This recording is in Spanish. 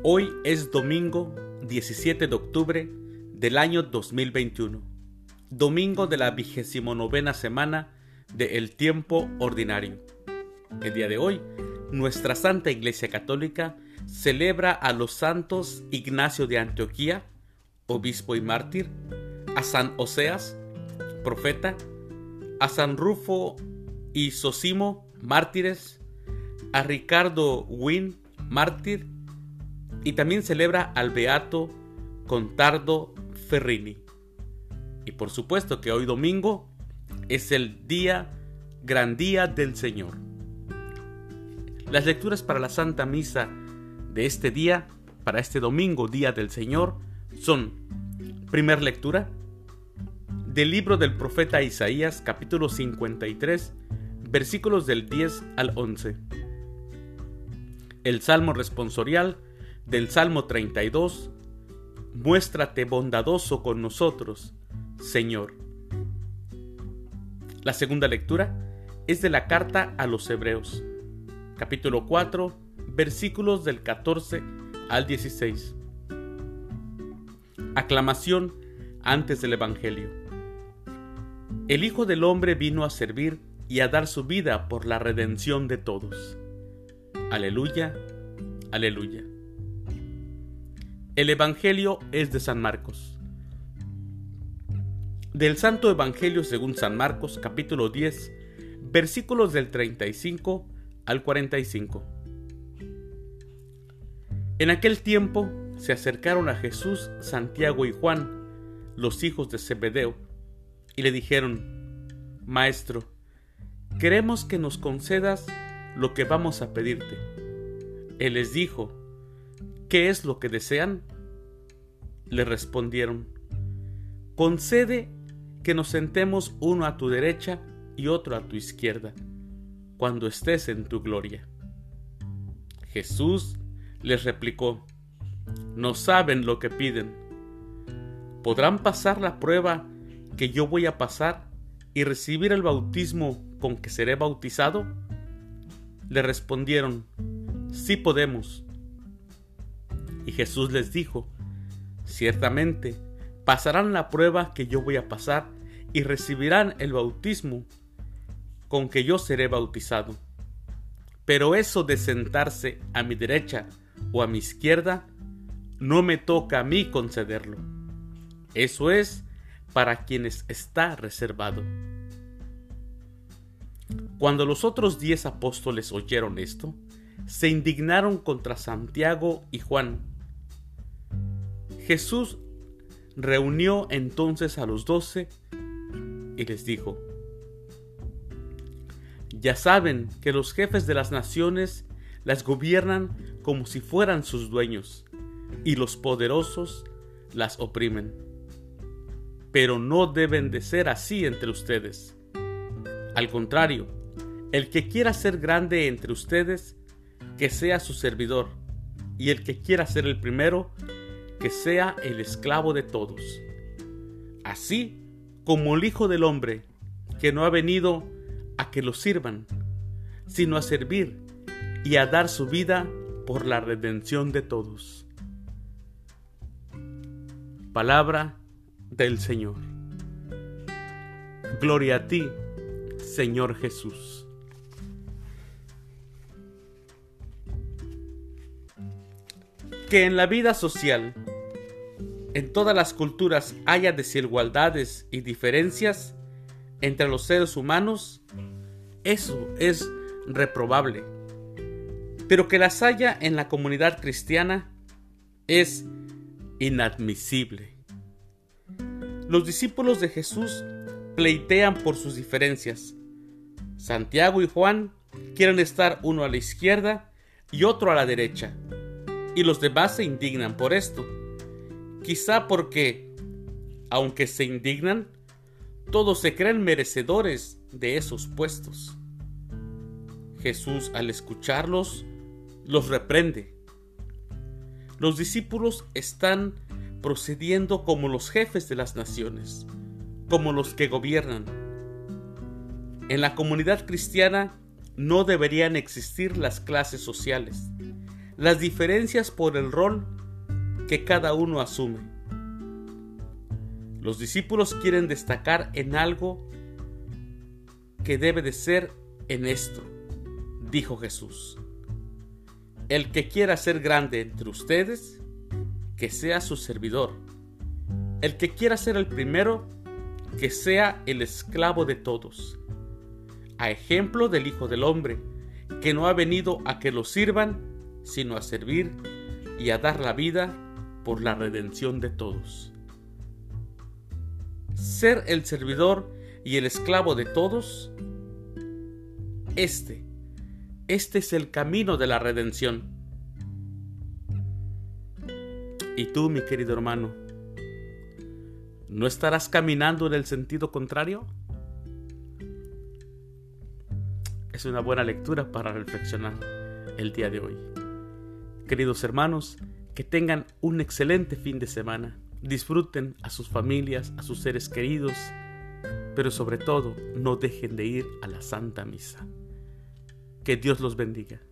Hoy es domingo 17 de octubre del año 2021, domingo de la 29ª semana del tiempo ordinario. El día de hoy, nuestra Santa Iglesia Católica celebra a los santos Ignacio de Antioquía, obispo y mártir, a San Oseas, profeta, a San Rufo y Zosimo, mártires, a Ricardo Wynne, mártir, y también celebra al beato Contardo Ferrini. Y por supuesto que hoy domingo es el gran día del Señor. Las lecturas para la Santa Misa de este día, para este domingo, día del Señor, son: primer lectura del libro del profeta Isaías, capítulo 53, versículos del 10 al 11. El salmo responsorial del Salmo 32, muéstrate bondadoso con nosotros, Señor. La segunda lectura es de la carta a los Hebreos, capítulo 4, versículos del 14 al 16. Aclamación antes del Evangelio. El Hijo del Hombre vino a servir y a dar su vida por la redención de todos. Aleluya, aleluya. El Evangelio es de San Marcos. Del Santo Evangelio según San Marcos, capítulo 10, versículos del 35 al 45. En aquel tiempo se acercaron a Jesús Santiago y Juan, los hijos de Zebedeo, y le dijeron: Maestro, queremos que nos concedas lo que vamos a pedirte. Él les dijo: ¿qué es lo que desean? Le respondieron: concede que nos sentemos uno a tu derecha y otro a tu izquierda, cuando estés en tu gloria. Jesús les replicó: no saben lo que piden. ¿Podrán pasar la prueba que yo voy a pasar y recibir el bautismo con que seré bautizado? Le respondieron: sí podemos. Y Jesús les dijo: ciertamente pasarán la prueba que yo voy a pasar y recibirán el bautismo con que yo seré bautizado. Pero eso de sentarse a mi derecha o a mi izquierda no me toca a mí concederlo. Eso es para quienes está reservado. Cuando los otros 10 apóstoles oyeron esto, se indignaron contra Santiago y Juan. Jesús reunió entonces a los 12 y les dijo: ya saben que los jefes de las naciones las gobiernan como si fueran sus dueños, y los poderosos las oprimen. Pero no deben de ser así entre ustedes. Al contrario, el que quiera ser grande entre ustedes, que sea su servidor, y el que quiera ser el primero, que sea el esclavo de todos. Así como el Hijo del Hombre, que no ha venido a que lo sirvan, sino a servir y a dar su vida por la redención de todos. Palabra del Señor. Gloria a ti, Señor Jesús. Que en la vida social, en todas las culturas, haya desigualdades y diferencias entre los seres humanos, eso es reprobable. Pero que las haya en la comunidad cristiana es inadmisible. Los discípulos de Jesús pleitean por sus diferencias. Santiago y Juan quieren estar uno a la izquierda y otro a la derecha, y los demás se indignan por esto. Quizá porque, aunque se indignan, todos se creen merecedores de esos puestos. Jesús, al escucharlos, los reprende. Los discípulos están procediendo como los jefes de las naciones, como los que gobiernan. En la comunidad cristiana no deberían existir las clases sociales, las diferencias por el rol que cada uno asume. Los discípulos quieren destacar en algo que debe de ser en esto, dijo Jesús. El que quiera ser grande entre ustedes, que sea su servidor. El que quiera ser el primero, que sea el esclavo de todos. A ejemplo del Hijo del Hombre, que no ha venido a que lo sirvan, sino a servir y a dar la vida por la redención de todos. Ser el servidor y el esclavo de todos, este es el camino de la redención. ¿Y tú, mi querido hermano, no estarás caminando en el sentido contrario? Es una buena lectura para reflexionar el día de hoy. Queridos hermanos, que tengan un excelente fin de semana. Disfruten a sus familias, a sus seres queridos, pero sobre todo no dejen de ir a la Santa Misa. Que Dios los bendiga.